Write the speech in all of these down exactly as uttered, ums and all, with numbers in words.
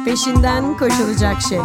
peşinden koşulacak şey.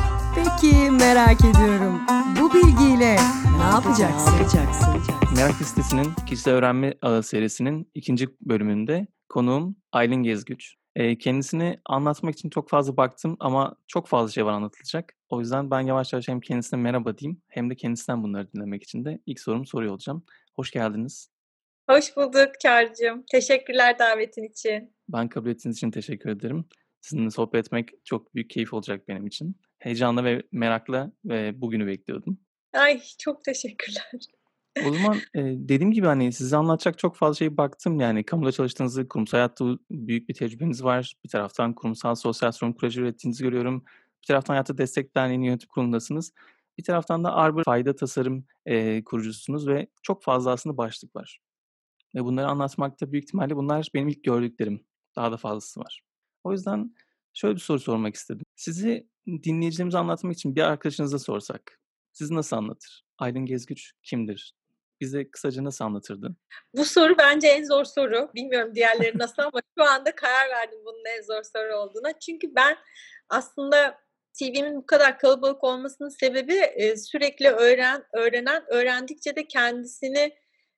Peki merak ediyorum. Bu bilgiyle ne yapacaksın? Ne yapacaksın? Merak Listesi'nin Kişisel Öğrenme Ağı serisinin ikinci bölümünde konuğum Aylin Gezgüç. Ee, kendisini anlatmak için çok fazla baktım ama çok fazla şey var anlatılacak. O yüzden ben yavaş yavaş hem kendisine merhaba diyeyim hem de kendisinden bunları dinlemek için de ilk sorumu soruyor olacağım. Hoş geldiniz. Hoş bulduk Çağrı'cığım. Teşekkürler davetin için. Ben kabul ettiğiniz için teşekkür ederim. Sizinle sohbet etmek çok büyük keyif olacak benim için. Heyecanla ve merakla ve bugünü bekliyordum. Ay çok teşekkürler. O zaman e, dediğim gibi hani size anlatacak çok fazla şey baktım. Yani kamuda çalıştığınızı, kurumsal hayatta büyük bir tecrübeniz var. Bir taraftan kurumsal sosyal sorumluluk proje ürettiğinizi görüyorum. Bir taraftan Hayatta Destek Derneği'nin yönetim kurulundasınız. Bir taraftan da Arbor Fayda Tasarım e, kurucususunuz ve çok fazla aslında başlık var. Ve bunları anlatmakta büyük ihtimalle bunlar benim ilk gördüklerim. Daha da fazlası var. O yüzden şöyle bir soru sormak istedim. Sizi dinleyicilerimize anlatmak için bir arkadaşınıza sorsak, sizi nasıl anlatır? Aylin Gezgüç kimdir? Bize kısaca nasıl anlatırdı? Bu soru bence en zor soru. Bilmiyorum diğerleri nasıl ama şu anda karar verdim bunun en zor soru olduğuna. Çünkü ben aslında C V'min bu kadar kalabalık olmasının sebebi e, sürekli öğren, öğrenen, öğrendikçe de kendisini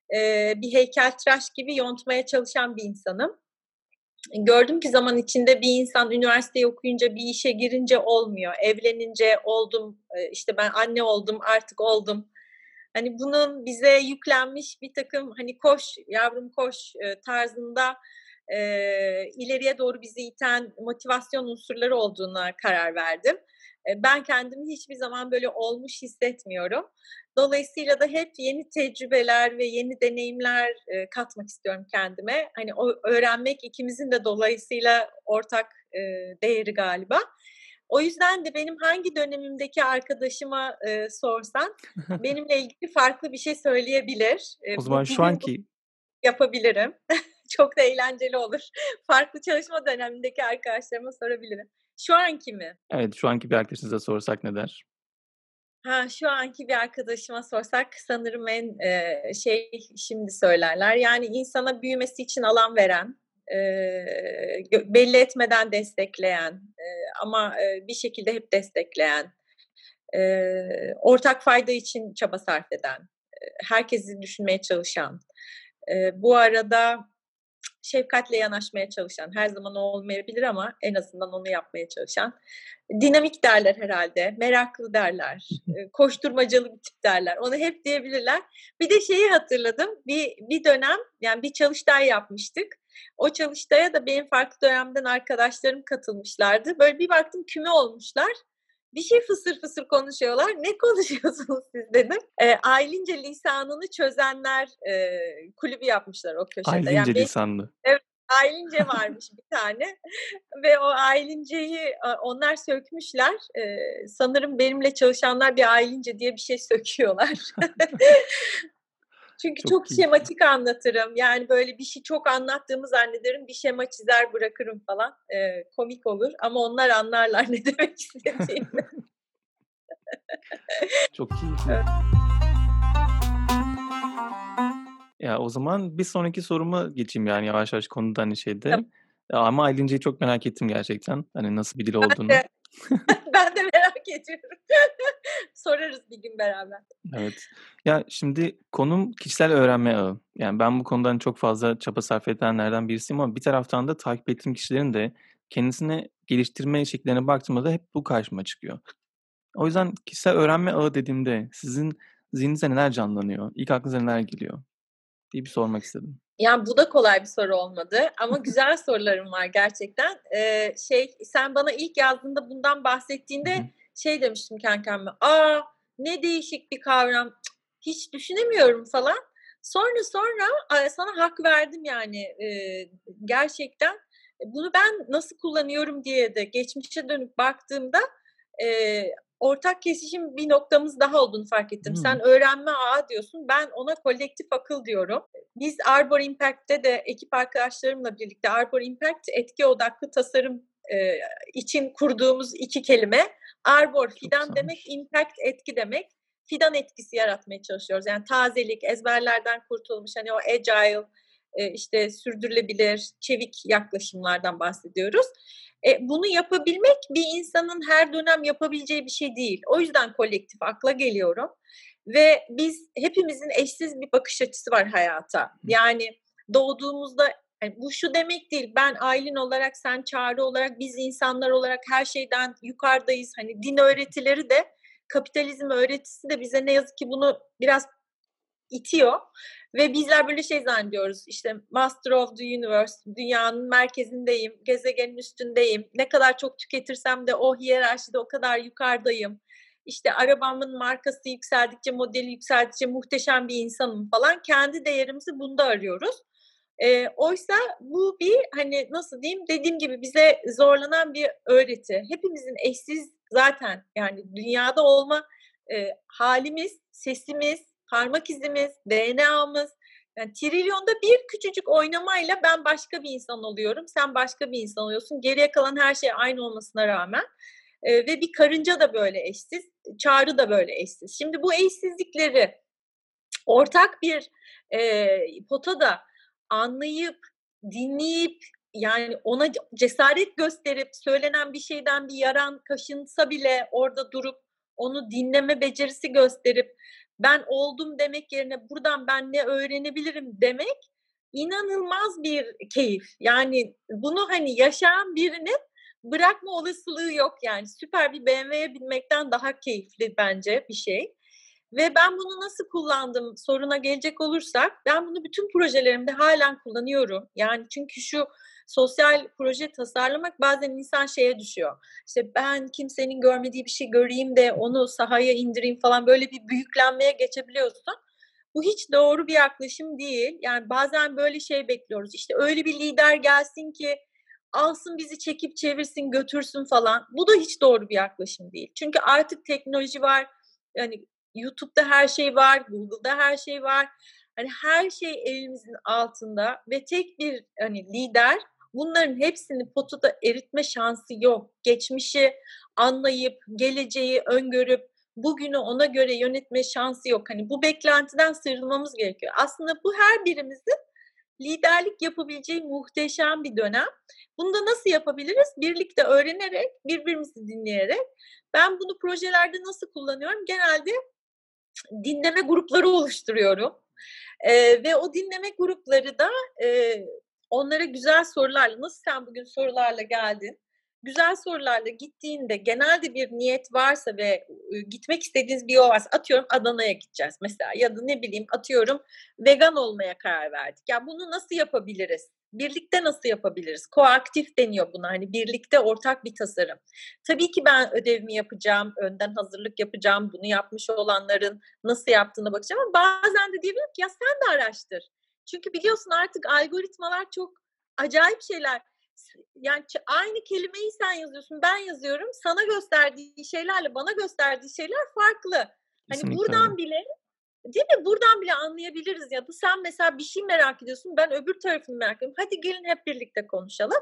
e, bir heykeltıraş gibi yontmaya çalışan bir insanım. Gördüm ki zaman içinde bir insan üniversiteyi okuyunca bir işe girince olmuyor. Evlenince oldum, işte ben anne oldum, artık oldum. Hani bunun bize yüklenmiş bir takım hani koş yavrum koş tarzında e, ileriye doğru bizi iten motivasyon unsurları olduğuna karar verdim. Ben kendimi hiçbir zaman böyle olmuş hissetmiyorum. Dolayısıyla da hep yeni tecrübeler ve yeni deneyimler e, katmak istiyorum kendime. Hani o öğrenmek ikimizin de dolayısıyla ortak e, değeri galiba. O yüzden de benim hangi dönemimdeki arkadaşıma e, sorsan benimle ilgili farklı bir şey söyleyebilir. E, o zaman şu anki yapabilirim. Çok da eğlenceli olur. Farklı çalışma dönemindeki arkadaşlarıma sorabilirim. Şu anki mi? Evet, şu anki bir arkadaşınıza sorsak ne der? Ha, şu anki bir arkadaşıma sorsak sanırım en e, şey şimdi söylerler. Yani insana büyümesi için alan veren, e, belli etmeden destekleyen e, ama e, bir şekilde hep destekleyen, e, ortak fayda için çaba sarf eden, e, herkesi düşünmeye çalışan, e, bu arada şefkatle yanaşmaya çalışan, her zaman olmayabilir ama en azından onu yapmaya çalışan, dinamik derler herhalde, meraklı derler, koşturmacalı bir tip derler. Onu hep diyebilirler. Bir de şeyi hatırladım, bir, bir dönem yani bir çalıştay yapmıştık. O çalıştaya da benim farklı dönemden arkadaşlarım katılmışlardı. Böyle bir baktım küme olmuşlar. Bir şey fısır fısır konuşuyorlar. Ne konuşuyorsunuz siz dedim. E, Aylince lisanını çözenler e, kulübü yapmışlar o köşede. Aylince yani lisanlı. Evet, Aylince varmış bir tane ve o Aylince'yi onlar sökmüşler. E, sanırım benimle çalışanlar bir Aylince diye bir şey söküyorlar. Çünkü çok, çok şematik anlatırım. Yani böyle bir şey çok anlattığımı zannederim. Bir şema çizer bırakırım falan. Ee, komik olur. Ama onlar anlarlar ne demek istediğimi. Çok keyifli. Evet. Ya o zaman bir sonraki soruma geçeyim yani yavaş yavaş konudan hani şeyde. Tamam. Ama Aylince'yi çok merak ettim gerçekten. Hani nasıl bir dil olduğunu. Ben de, ben de merak ediyorum. Sorarız bir gün beraber. Evet. Ya şimdi konum kişisel öğrenme ağı. Yani ben bu konudan çok fazla çaba sarf edenlerden birisiyim ama bir taraftan da takip ettiğim kişilerin de kendisini geliştirme şekillerine baktığımda da hep bu karşıma çıkıyor. O yüzden kişisel öğrenme ağı dediğimde sizin zihninizde neler canlanıyor? İlk aklınıza neler geliyor? diye bir sormak istedim. Yani bu da kolay bir soru olmadı ama güzel sorularım var gerçekten. Ee, şey sen bana ilk yazdığında bundan bahsettiğinde Hı-hı. şey demiştim kendi kendime. Aa ne değişik bir kavram. Cık, hiç düşünemiyorum falan. Sonra sonra sana hak verdim yani ee, gerçekten. Bunu ben nasıl kullanıyorum diye de geçmişe dönüp baktığımda e, ortak kesişim bir noktamız daha olduğunu fark ettim. Hmm. Sen öğrenme ağı diyorsun, ben ona kolektif akıl diyorum. Biz Arbor Impact'te de ekip arkadaşlarımla birlikte Arbor Impact etki odaklı tasarım e, için kurduğumuz iki kelime. Arbor fidan demek, impact etki demek. Fidan etkisi yaratmaya çalışıyoruz. Yani tazelik, ezberlerden kurtulmuş hani o agile, e, işte sürdürülebilir, çevik yaklaşımlardan bahsediyoruz. E, bunu yapabilmek bir insanın her dönem yapabileceği bir şey değil. O yüzden kolektif akla geliyorum ve biz hepimizin eşsiz bir bakış açısı var hayata. Yani doğduğumuzda yani bu şu demek değil, ben Aylin olarak, sen Çağrı olarak, biz insanlar olarak her şeyden yukarıdayız. Hani din öğretileri de, kapitalizm öğretisi de bize ne yazık ki bunu biraz itiyor ve bizler böyle şey zannediyoruz. İşte Master of the Universe, dünyanın merkezindeyim, gezegenin üstündeyim. Ne kadar çok tüketirsem de o hiyerarşide o kadar yukarıdayım. İşte arabamın markası yükseldikçe, modeli yükseldikçe muhteşem bir insanım falan. Kendi değerimizi bunda arıyoruz. E, oysa bu bir hani nasıl diyeyim dediğim gibi bize zorlanan bir öğreti. Hepimizin eşsiz zaten yani dünyada olma e, halimiz, sesimiz, parmak izimiz, D N A'mız. Yani trilyonda bir küçücük oynamayla ben başka bir insan oluyorum, sen başka bir insan oluyorsun. Geriye kalan her şey aynı olmasına rağmen. E, ve bir karınca da böyle eşsiz, Çağrı da böyle eşsiz. Şimdi bu eşsizlikleri ortak bir e, potada anlayıp, dinleyip yani ona cesaret gösterip söylenen bir şeyden bir yaran kaşınsa bile orada durup onu dinleme becerisi gösterip ben oldum demek yerine buradan ben ne öğrenebilirim demek inanılmaz bir keyif. Yani bunu hani yaşayan birinin bırakma olasılığı yok yani. Süper bir B M W'ye binmekten daha keyifli bence bir şey. Ve ben bunu nasıl kullandım soruna gelecek olursak ben bunu bütün projelerimde halen kullanıyorum. Yani çünkü şu sosyal proje tasarlamak bazen insan şeye düşüyor. İşte ben kimsenin görmediği bir şey göreyim de onu sahaya indireyim falan böyle bir büyüklenmeye geçebiliyorsun. Bu hiç doğru bir yaklaşım değil. Yani bazen böyle şey bekliyoruz. İşte öyle bir lider gelsin ki alsın bizi çekip çevirsin götürsün falan. Bu da hiç doğru bir yaklaşım değil. Çünkü artık teknoloji var. Yani YouTube'da her şey var, Google'da her şey var. Hani her şey elimizin altında ve tek bir hani lider bunların hepsini potada eritme şansı yok. Geçmişi anlayıp, geleceği öngörüp, bugünü ona göre yönetme şansı yok. Hani bu beklentiden sıyrılmamız gerekiyor. Aslında bu her birimizin liderlik yapabileceği muhteşem bir dönem. Bunu da nasıl yapabiliriz? Birlikte öğrenerek, birbirimizi dinleyerek. Ben bunu projelerde nasıl kullanıyorum? Genelde dinleme grupları oluşturuyorum. Ee, ve o dinleme grupları da e, onlara güzel sorularla, nasıl sen bugün sorularla geldin? Güzel sorularla gittiğinde genelde bir niyet varsa ve e, gitmek istediğiniz bir yol varsa atıyorum Adana'ya gideceğiz mesela ya da ne bileyim atıyorum vegan olmaya karar verdik. Ya bunu nasıl yapabiliriz? Birlikte nasıl yapabiliriz? Koaktif deniyor buna hani birlikte ortak bir tasarım. Tabii ki ben ödevimi yapacağım, önden hazırlık yapacağım, bunu yapmış olanların nasıl yaptığına bakacağım ama bazen de diyebilirim ki ya sen de araştır. Çünkü biliyorsun artık algoritmalar çok acayip şeyler. Yani aynı kelimeyi sen yazıyorsun, ben yazıyorum. Sana gösterdiği şeylerle bana gösterdiği şeyler farklı. Hani Kesinlikle buradan öyle. bile değil mi? Buradan bile anlayabiliriz ya da sen mesela bir şey merak ediyorsun, ben öbür tarafını merak ediyorum. Hadi gelin hep birlikte konuşalım.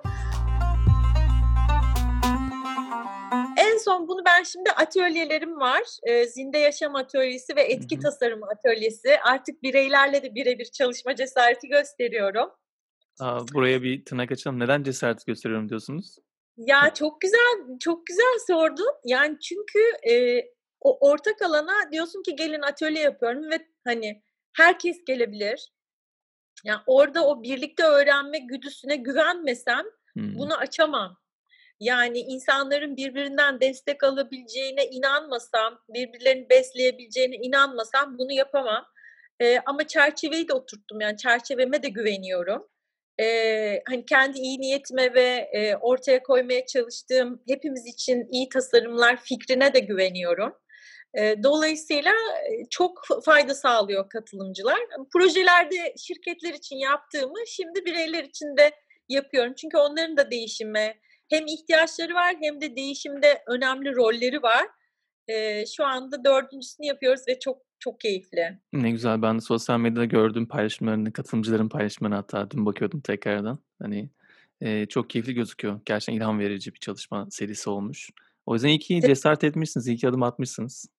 En son bunu ben şimdi atölyelerim var. E, Zinde Yaşam Atölyesi ve Etki Hı hı. Tasarımı Atölyesi. Artık bireylerle de birebir çalışma cesareti gösteriyorum. Aa, buraya bir tırnak açalım. Neden cesaret gösteriyorum diyorsunuz? Ya çok güzel, çok güzel sordun. Yani çünkü e, o ortak alana diyorsun ki gelin atölye yapıyorum ve hani herkes gelebilir. Yani orada o birlikte öğrenme güdüsüne güvenmesem Hmm. bunu açamam. Yani insanların birbirinden destek alabileceğine inanmasam, birbirlerini besleyebileceğine inanmasam bunu yapamam. Ee, ama çerçeveyi de oturttum yani çerçeveme de güveniyorum. Ee, hani kendi iyi niyetime ve e, ortaya koymaya çalıştığım hepimiz için iyi tasarımlar fikrine de güveniyorum. Ee, dolayısıyla e, çok fayda sağlıyor katılımcılar. Projelerde şirketler için yaptığımı şimdi bireyler için de yapıyorum. Çünkü onların da değişime, hem ihtiyaçları var hem de değişimde önemli rolleri var. Ee, şu anda dördüncüsünü yapıyoruz ve çok çok keyifli. Ne güzel. Ben de sosyal medyada gördüğüm paylaşımlarını, katılımcıların paylaşımlarına hatta dün bakıyordum tekrardan. Hani e, çok keyifli gözüküyor. Gerçekten ilham verici bir çalışma serisi olmuş. O yüzden iyi ki cesaret etmişsiniz, iyi ki adım atmışsınız.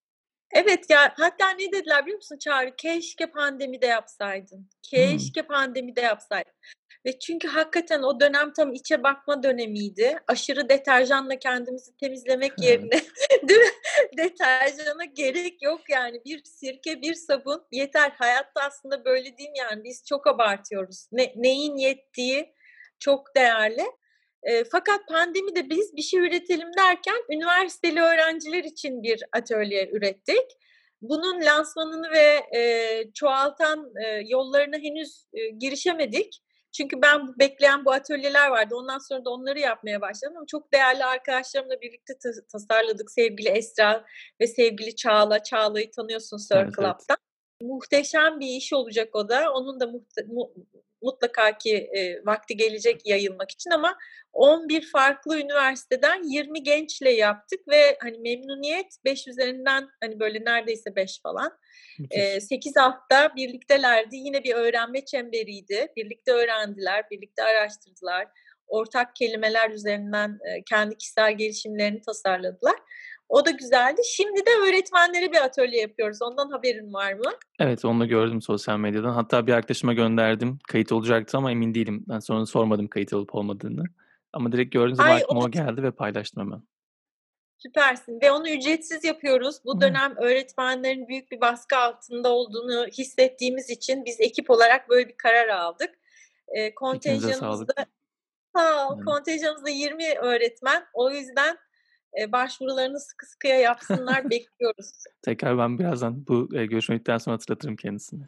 Evet ya, hatta ne dediler biliyor musun Çağrı? Keşke pandemide yapsaydın. Hımm. Keşke pandemide yapsaydın. Ve çünkü hakikaten o dönem tam içe bakma dönemiydi. Aşırı deterjanla kendimizi temizlemek yerine Evet. değil mi? Deterjana gerek yok yani. Bir sirke, bir sabun yeter. Hayatta aslında böyle değil mi yani? Biz çok abartıyoruz. Ne, neyin yettiği çok değerli. Eee, fakat pandemide biz bir şey üretelim derken üniversiteli öğrenciler için bir atölye ürettik. Bunun lansmanını ve, eee, çoğaltan, eee, yollarına henüz, eee, girişemedik. Çünkü ben bekleyen bu atölyeler vardı. Ondan sonra da onları yapmaya başladım ama çok değerli arkadaşlarımla birlikte tas tasarladık. Sevgili Esra ve sevgili Çağla. Çağla'yı tanıyorsun Evet, Circle evet. Up'tan. Muhteşem bir iş olacak o da. Onun da muhte mu mutlaka ki, eee, vakti gelecek yayılmak için ama on bir farklı üniversiteden yirmi gençle yaptık ve, hani, memnuniyet beş üzerinden, hani, böyle neredeyse beş falan. Eee, Müthiş. sekiz hafta birliktelerdi. Yine bir öğrenme çemberiydi. Birlikte öğrendiler, birlikte araştırdılar. Ortak kelimeler üzerinden, eee, kendi kişisel gelişimlerini tasarladılar. O da güzeldi. Şimdi de öğretmenlere bir atölye yapıyoruz. Ondan haberin var mı? Evet, onu da gördüm sosyal medyadan. Hatta bir arkadaşıma gönderdim. Kayıt olacaktı ama emin değilim. Ben sonra sormadım kayıt olup olmadığını. Ama direkt gördüğüm zaman Ay, o aklıma da o geldi ve paylaştım hemen. süpersin ve onu ücretsiz yapıyoruz. Bu Hımm. dönem öğretmenlerin büyük bir baskı altında olduğunu hissettiğimiz için biz ekip olarak böyle bir karar aldık. Eee, Fikrinize kontenjanımız sağlık. da Sağ ol. Yani. Kontenjanımız da yirmi öğretmen. O yüzden, eee, başvurularını sıkı sıkıya yapsınlar, bekliyoruz. Tekrar ben birazdan bu, eee, görüşme bittikten sonra hatırlatırım kendisine.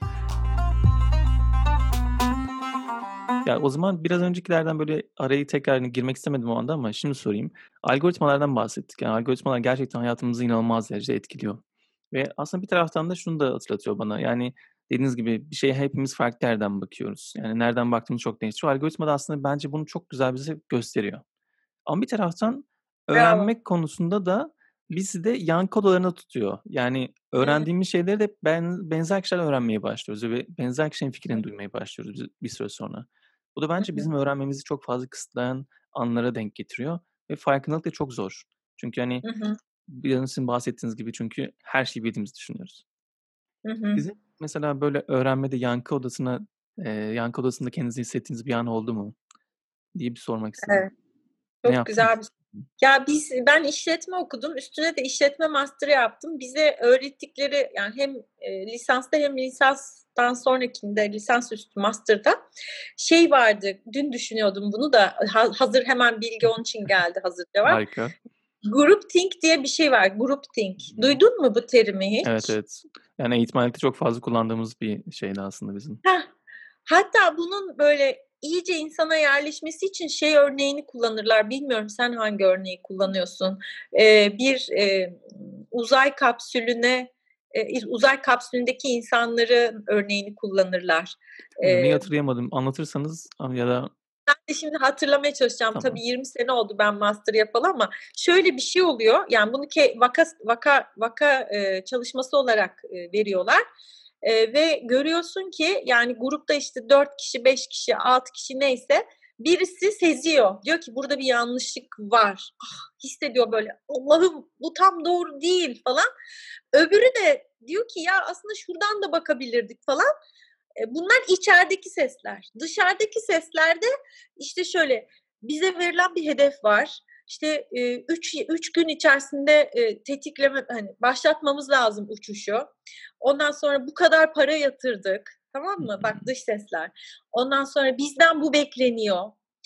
Ya, o zaman biraz öncekilerden, böyle, arayı tekrar, hani, girmek istemedim o anda ama şimdi sorayım. Algoritmalardan bahsettik. Yani, algoritmalar gerçekten hayatımızı inanılmaz derecede etkiliyor ve aslında bir taraftan da şunu da hatırlatıyor bana, yani, dediğiniz gibi bir şeye hepimiz farklı yerden bakıyoruz. Yani, nereden baktığımız çok değişiyor. Algoritma da aslında bence bunu çok güzel bize gösteriyor. Ama bir taraftan Bravo. öğrenmek konusunda da bizi de yankı odalarında tutuyor. Yani Hı öğrendiğimiz şeyleri de ben benzer kişilerden öğrenmeye başlıyoruz ve benzer kişilerin fikrini hı. duymaya başlıyoruz bir bir süre sonra. Bu da bence Hı hı. bizim öğrenmemizi çok fazla kısıtlayan anlara denk getiriyor ve farkındalık da çok zor. Çünkü, hani, Hı hı. biraz sizin bahsettiğiniz gibi çünkü her şeyi bildiğimizi düşünüyoruz. Hı hı. Sizin mesela böyle öğrenmede yankı odasına, eee, yankı odasında kendinizi hissettiğiniz bir an oldu mu diye bir sormak istedim. Evet, Ne çok güzel yaptınız? bir Ya, biz ben işletme okudum. Üstüne de işletme master'ı yaptım. Bize öğrettikleri, yani, hem, eee, lisansta hem lisanstan sonrakinde, lisansüstü master'da şey vardı, dün düşünüyordum bunu da, ha hazır hemen bilgi onun için geldi, hazır cevap. Harika. Groupthink diye bir şey var, groupthink. Hı hı. Duydun mu bu terimi Evet, hiç? evet. Yani eğitmenlikte çok fazla kullandığımız bir şeydi aslında bizim. Heh, hatta bunun böyle iyice insana yerleşmesi için şey örneğini kullanırlar. Bilmiyorum sen hangi örneği kullanıyorsun? Eee, bir, eee, uzay kapsülüne, eee, uzay kapsülündeki insanların örneğini kullanırlar. Örneği Eee, hatırlayamadım. Anlatırsanız am ya da ben de şimdi hatırlamaya çalışacağım. Tabii tamam. yirmi sene oldu ben master yapalı ama şöyle bir şey oluyor. Yani bunu ke vaka vaka vaka, eee, çalışması olarak, eee, veriyorlar. Eee, ve görüyorsun ki yani grupta işte dört kişi, beş kişi, altı kişi neyse birisi seziyor. Diyor ki burada bir yanlışlık var. Ah, hissediyor böyle. Allah'ım bu tam doğru değil falan. Öbürü de diyor ki ya aslında şuradan da bakabilirdik falan. E, bunlar içerideki sesler. Dışarıdaki seslerde işte şöyle bize verilen bir hedef var. İşte eee, üç üç gün içerisinde eee, tetikleme hani başlatmamız lazım uçuşu. Ondan sonra bu kadar para yatırdık. Tamam Hı mı? hı. Bak dış sesler. Ondan sonra bizden bu bekleniyor.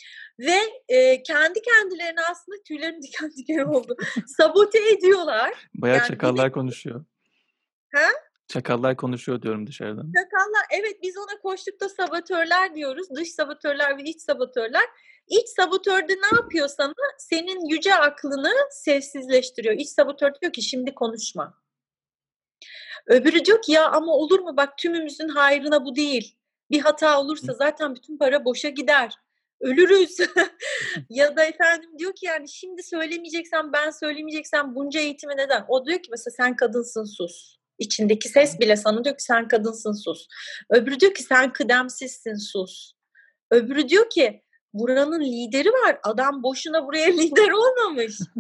Ve eee, kendi kendilerine aslında tüylerim diken diken oldu. Sabote ediyorlar. Bayağı Yani bu çakallar konuşuyor. Ha? Çakallar konuşuyor diyorum dışarıdan. Çakallar, evet, biz ona koştukta sabotörler diyoruz. Dış sabotörler ve iç sabotörler. İç sabotör de ne yapıyor sana? Senin yüce aklını sessizleştiriyor. İç sabotör diyor ki şimdi konuşma. Öbürü diyor ki ya ama olur mu bak tümümüzün hayrına bu değil. Bir hata olursa Hı. zaten bütün para boşa gider. Ölürüz. Ya da efendim diyor ki yani şimdi söylemeyeceksen ben söylemeyeceksem bunca eğitimi neden? O diyor ki mesela sen kadınsın sus. İçindeki ses bile sana diyor ki sen kadınsın sus. Öbürü diyor ki sen kıdemsizsin sus. Öbürü diyor ki buranın lideri var. Adam boşuna buraya lider olmamış.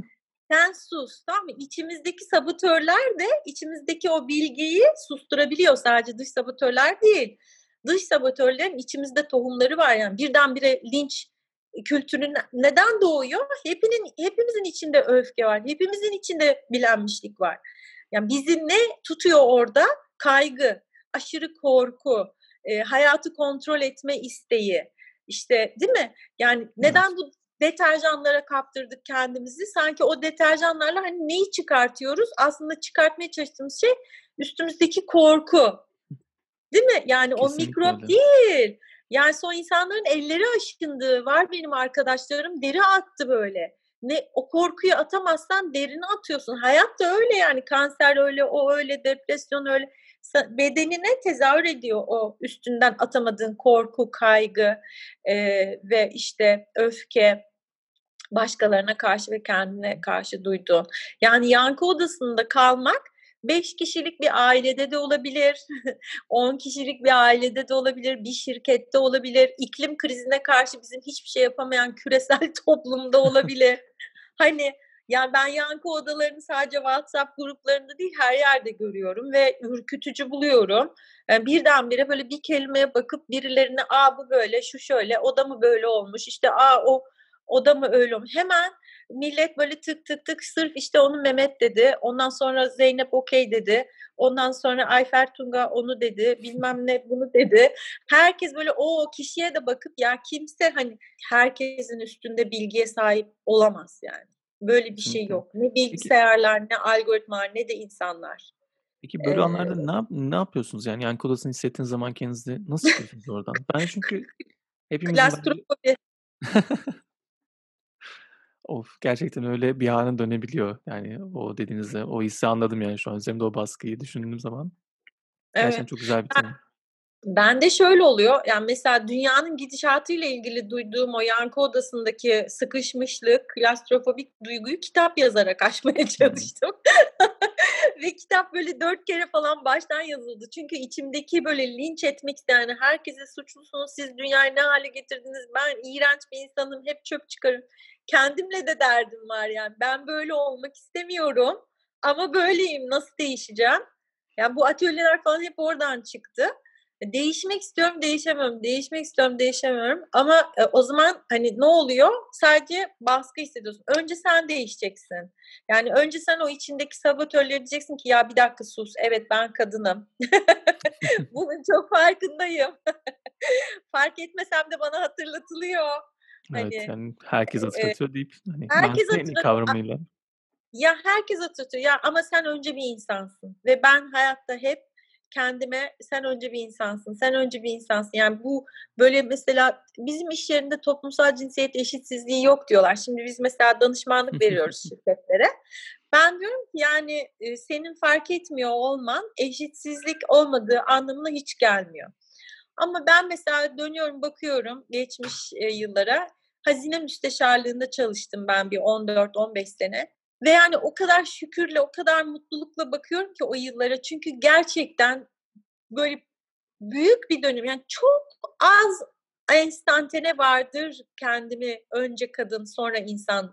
Sen sus, tamam mı? İçimizdeki sabotörler de içimizdeki o bilgiyi susturabiliyor. Sadece dış sabotörler değil. Dış sabotörlerin içimizde tohumları var yani. Birdenbire linç kültürü neden doğuyor? Hepinin, hepimizin içinde öfke var. Hepimizin içinde bilenmişlik var. Yani bizi ne tutuyor orada? Kaygı, aşırı korku, e, hayatı kontrol etme isteği. İşte değil mi? Yani neden Evet. bu deterjanlara kaptırdık kendimizi? Sanki o deterjanlarla hani neyi çıkartıyoruz? Aslında çıkartmaya çalıştığımız şey üstümüzdeki korku. Değil mi? Yani o Kesinlikle mikrop öyle. değil. Yani son insanların elleri aşındı. Var benim arkadaşlarım deri attı böyle. Ne o korkuyu atamazsan derini atıyorsun. Hayat da öyle yani. Kanser öyle, o öyle, depresyon öyle. Bedenine tezahür ediyor o üstünden atamadığın korku, kaygı e, ve işte öfke, başkalarına karşı ve kendine karşı duyduğun. Yani yankı odasında kalmak beş kişilik bir ailede de olabilir, on kişilik bir ailede de olabilir, bir şirkette olabilir, iklim krizine karşı bizim hiçbir şey yapamayan küresel toplumda olabilir. Hani yani ben yankı odalarını sadece WhatsApp gruplarında değil her yerde görüyorum ve ürkütücü buluyorum. Yani birdenbire böyle bir kelimeye bakıp birilerine aa bu böyle, şu şöyle, o da mı böyle olmuş, işte aa o o da mı öyle olmuş? Hemen millet böyle tık tık tık sırf işte onu Mehmet dedi. Ondan sonra Zeynep okey dedi. Ondan sonra Ayfer Tunga onu dedi. Bilmem ne bunu dedi. Herkes böyle o kişiye de bakıp ya kimse hani herkesin üstünde bilgiye sahip olamaz yani. Böyle bir şey Kesinlikle. yok. Ne Peki bilgisayarlar, ne algoritmalar, ne de insanlar. peki böyle Ee, anlarda ne yap ne yapıyorsunuz? Yani yankı odasını hissettiğiniz zaman kendinizi nasıl çıkarıyorsunuz oradan? Ben çünkü hepimizin bence Klastrofobi. Of, gerçekten öyle bir hâline dönebiliyor. Yani o dediğinizde o hissi anladım yani şu an üzerimde o baskıyı düşündüğüm zaman. Gerçekten Evet. çok güzel bir tanım. Bende şöyle oluyor, yani mesela dünyanın gidişatıyla ilgili duyduğum o yankı odasındaki sıkışmışlık, klastrofobik duyguyu kitap yazarak aşmaya Hımm. çalıştım. Ve kitap böyle dört kere falan baştan yazıldı. Çünkü içimdeki böyle linç etmek isteyen, yani herkese suçlusunuz, siz dünyayı ne hale getirdiniz, ben iğrenç bir insanım, hep çöp çıkarım. Kendimle de derdim var yani. Ben böyle olmak istemiyorum ama böyleyim, nasıl değişeceğim? Yani bu atölyeler falan hep oradan çıktı. Değişmek istiyorum, değişemiyorum. Değişmek istiyorum, değişemiyorum. Ama e, o zaman hani ne oluyor? Sadece baskı hissediyorsun. Önce sen değişeceksin. Yani önce sen o içindeki sabotörleri diyeceksin ki ya bir dakika sus. Evet ben kadınım. Bunun çok farkındayım. Fark etmesem de bana hatırlatılıyor. Evet, Hani yani herkes e, hatırlatıyor deyip hani herkes mansplaining hatırlatıyor. kavramıyla. Ya herkes hatırlatıyor. Ya ama sen önce bir insansın. Ve ben hayatta hep kendime sen önce bir insansın, sen önce bir insansın. Yani bu böyle mesela bizim iş yerinde toplumsal cinsiyet eşitsizliği yok diyorlar. Şimdi biz mesela danışmanlık veriyoruz şirketlere. Ben diyorum ki yani e, senin fark etmiyor olman eşitsizlik olmadığı anlamına hiç gelmiyor. Ama ben mesela dönüyorum bakıyorum geçmiş e, yıllara. Hazine müsteşarlığında çalıştım ben bir on dört on beş sene. Ve yani o kadar şükürle, o kadar mutlulukla bakıyorum ki o yıllara. Çünkü gerçekten böyle büyük bir dönüm. Yani çok az enstantane vardır kendimi önce kadın sonra insan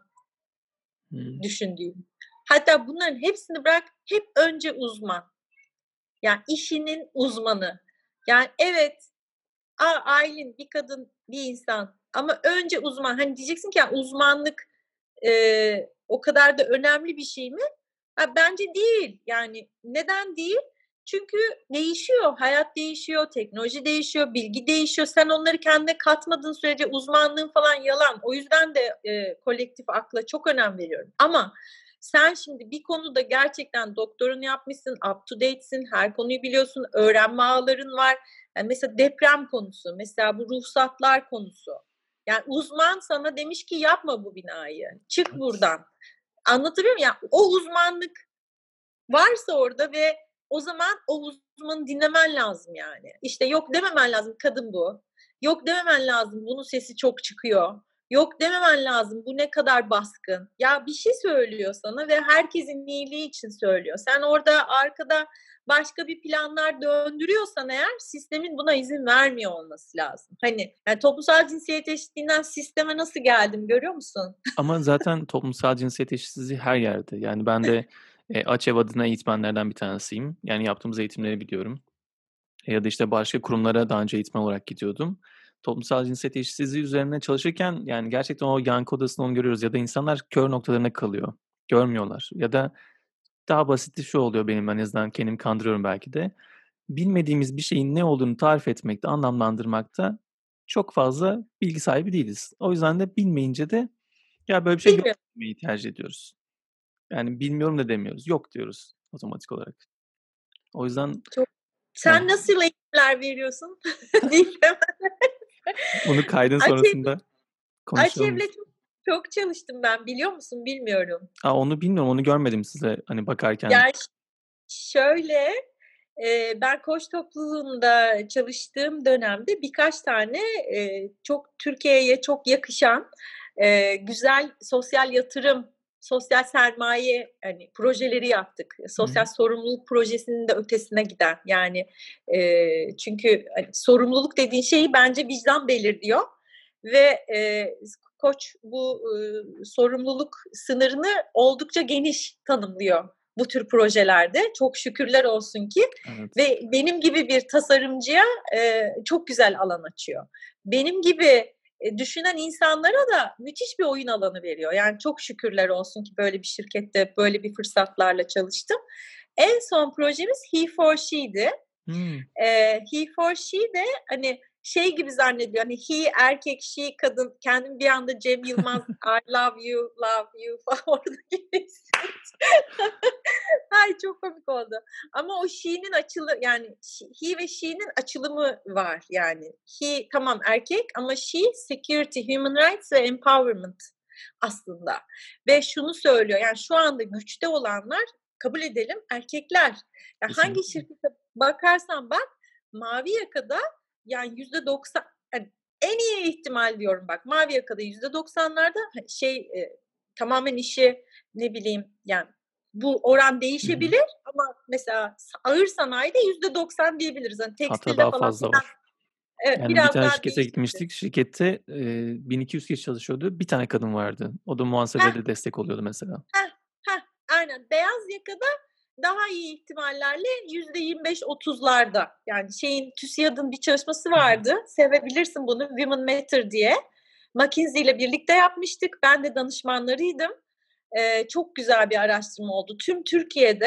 Hımm. düşündüğüm. Hatta bunların hepsini bırak, hep önce uzman. Yani işinin uzmanı. Yani evet, a, Aylin bir kadın, bir insan ama önce uzman. Hani diyeceksin ki ya uzmanlık e, o kadar da önemli bir şey mi? Ha, bence değil. Yani neden değil? Çünkü değişiyor, hayat değişiyor, teknoloji değişiyor, bilgi değişiyor. Sen onları kendine katmadığın sürece uzmanlığın falan yalan. O yüzden de e, kolektif akla çok önem veriyorum. Ama sen şimdi bir konuda gerçekten doktorunu yapmışsın, up to date'sin, her konuyu biliyorsun, öğrenme ağların var. Yani mesela deprem konusu, mesela bu ruhsatlar konusu. Yani uzman sana demiş ki yapma bu binayı, çık Evet. buradan. Anlatabiliyor muyum? Yani o uzmanlık varsa orada ve o zaman o uzmanı dinlemen lazım yani. İşte yok dememen lazım kadın bu. Yok dememen lazım bunun sesi çok çıkıyor. yok dememen lazım. Bu ne kadar baskın. Ya bir şey söylüyor sana ve herkesin iyiliği için söylüyor. Sen orada arkada başka bir planlar döndürüyorsan eğer sistemin buna izin vermiyor olması lazım. Hani yani toplumsal cinsiyet eşitliğinden sisteme nasıl geldim görüyor musun? Ama zaten toplumsal cinsiyet eşitsizliği her yerde. Yani ben de e, ΑÇEV adına eğitmenlerden bir tanesiyim. Yani yaptığımız eğitimleri biliyorum. Ya da işte başka kurumlara daha önce eğitmen olarak gidiyordum. Toplumsal cinsiyet eşitsizliği üzerine çalışırken yani gerçekten o yankı odasında onu görüyoruz. Ya da insanlar kör noktalarına kalıyor. Görmüyorlar. Ya da daha basiti şu oluyor benim en azından kendimi kandırıyorum belki de. Bilmediğimiz bir şeyin ne olduğunu tarif etmekte, anlamlandırmakta çok fazla bilgi sahibi değiliz. O yüzden de bilmeyince de ya böyle bir şey yok Bilmiyorum. demeyi tercih ediyoruz. Yani bilmiyorum da demiyoruz. Yok diyoruz otomatik olarak. O yüzden Çok. Sen yani nasıl eğitimler veriyorsun? Değil mi? bunu kaydın Açev, sonrasında konuşalım Açev'le biz. çok, çok çalıştım ben biliyor musun? Bilmiyorum. Aa, onu bilmiyorum. Onu görmedim size hani bakarken. Yani şöyle e, ben koç topluluğunda çalıştığım dönemde birkaç tane e, çok Türkiye'ye çok yakışan e, güzel sosyal yatırım, sosyal sermaye hani projeleri yaptık. Sosyal sorumluluk projesinin de ötesine giden yani e, çünkü hani, sorumluluk dediğin şeyi bence vicdan belirliyor ve e, koç bu e, sorumluluk sınırını oldukça geniş tanımlıyor bu tür projelerde. Çok şükürler olsun ki Evet. ve benim gibi bir tasarımcıya e, çok güzel alan açıyor. Benim gibi e, düşünen insanlara da müthiş bir oyun alanı veriyor. Yani çok şükürler olsun ki böyle bir şirkette böyle bir fırsatlarla çalıştım. En son projemiz He for She'di. Hmm. E, he for She de hani şey gibi zannediyor. Hani he erkek, she kadın. Kendim bir anda Cem Yılmaz I love you, love you falan orada gibi Ay çok komik oldu. Ama o she'nin açılı yani he ve she'nin açılımı var yani. He tamam erkek ama she security, human rights ve empowerment aslında. Ve şunu söylüyor yani şu anda güçte olanlar kabul edelim erkekler. Yani hangi Kesinlikle. şirkete bakarsan bak mavi yakada yani yüzde doksan yani en iyi ihtimal diyorum bak mavi yakada yüzde doksanlarda şey e, tamamen işi ne bileyim yani bu oran değişebilir Hı hı. ama mesela ağır sanayide yüzde doksan diyebiliriz. Hani Hatta tekstilde daha falan fazla biraz, var. evet, Yani bir biraz tane daha şirkete değişebilir. gitmiştik. Şirkette e, bin iki yüz kişi çalışıyordu. Bir tane kadın vardı. O da Heh, muhasebede destek oluyordu mesela. heh, heh, aynen. Beyaz yakada daha iyi ihtimallerle yüzde yirmi beş otuzlarda. Yani şeyin TÜSİAD'ın bir çalışması Hı hı. vardı. Sevebilirsin bunu Women Matter diye. McKinsey ile birlikte yapmıştık. Ben de danışmanlarıydım. Ee, çok güzel bir araştırma oldu. Tüm Türkiye'de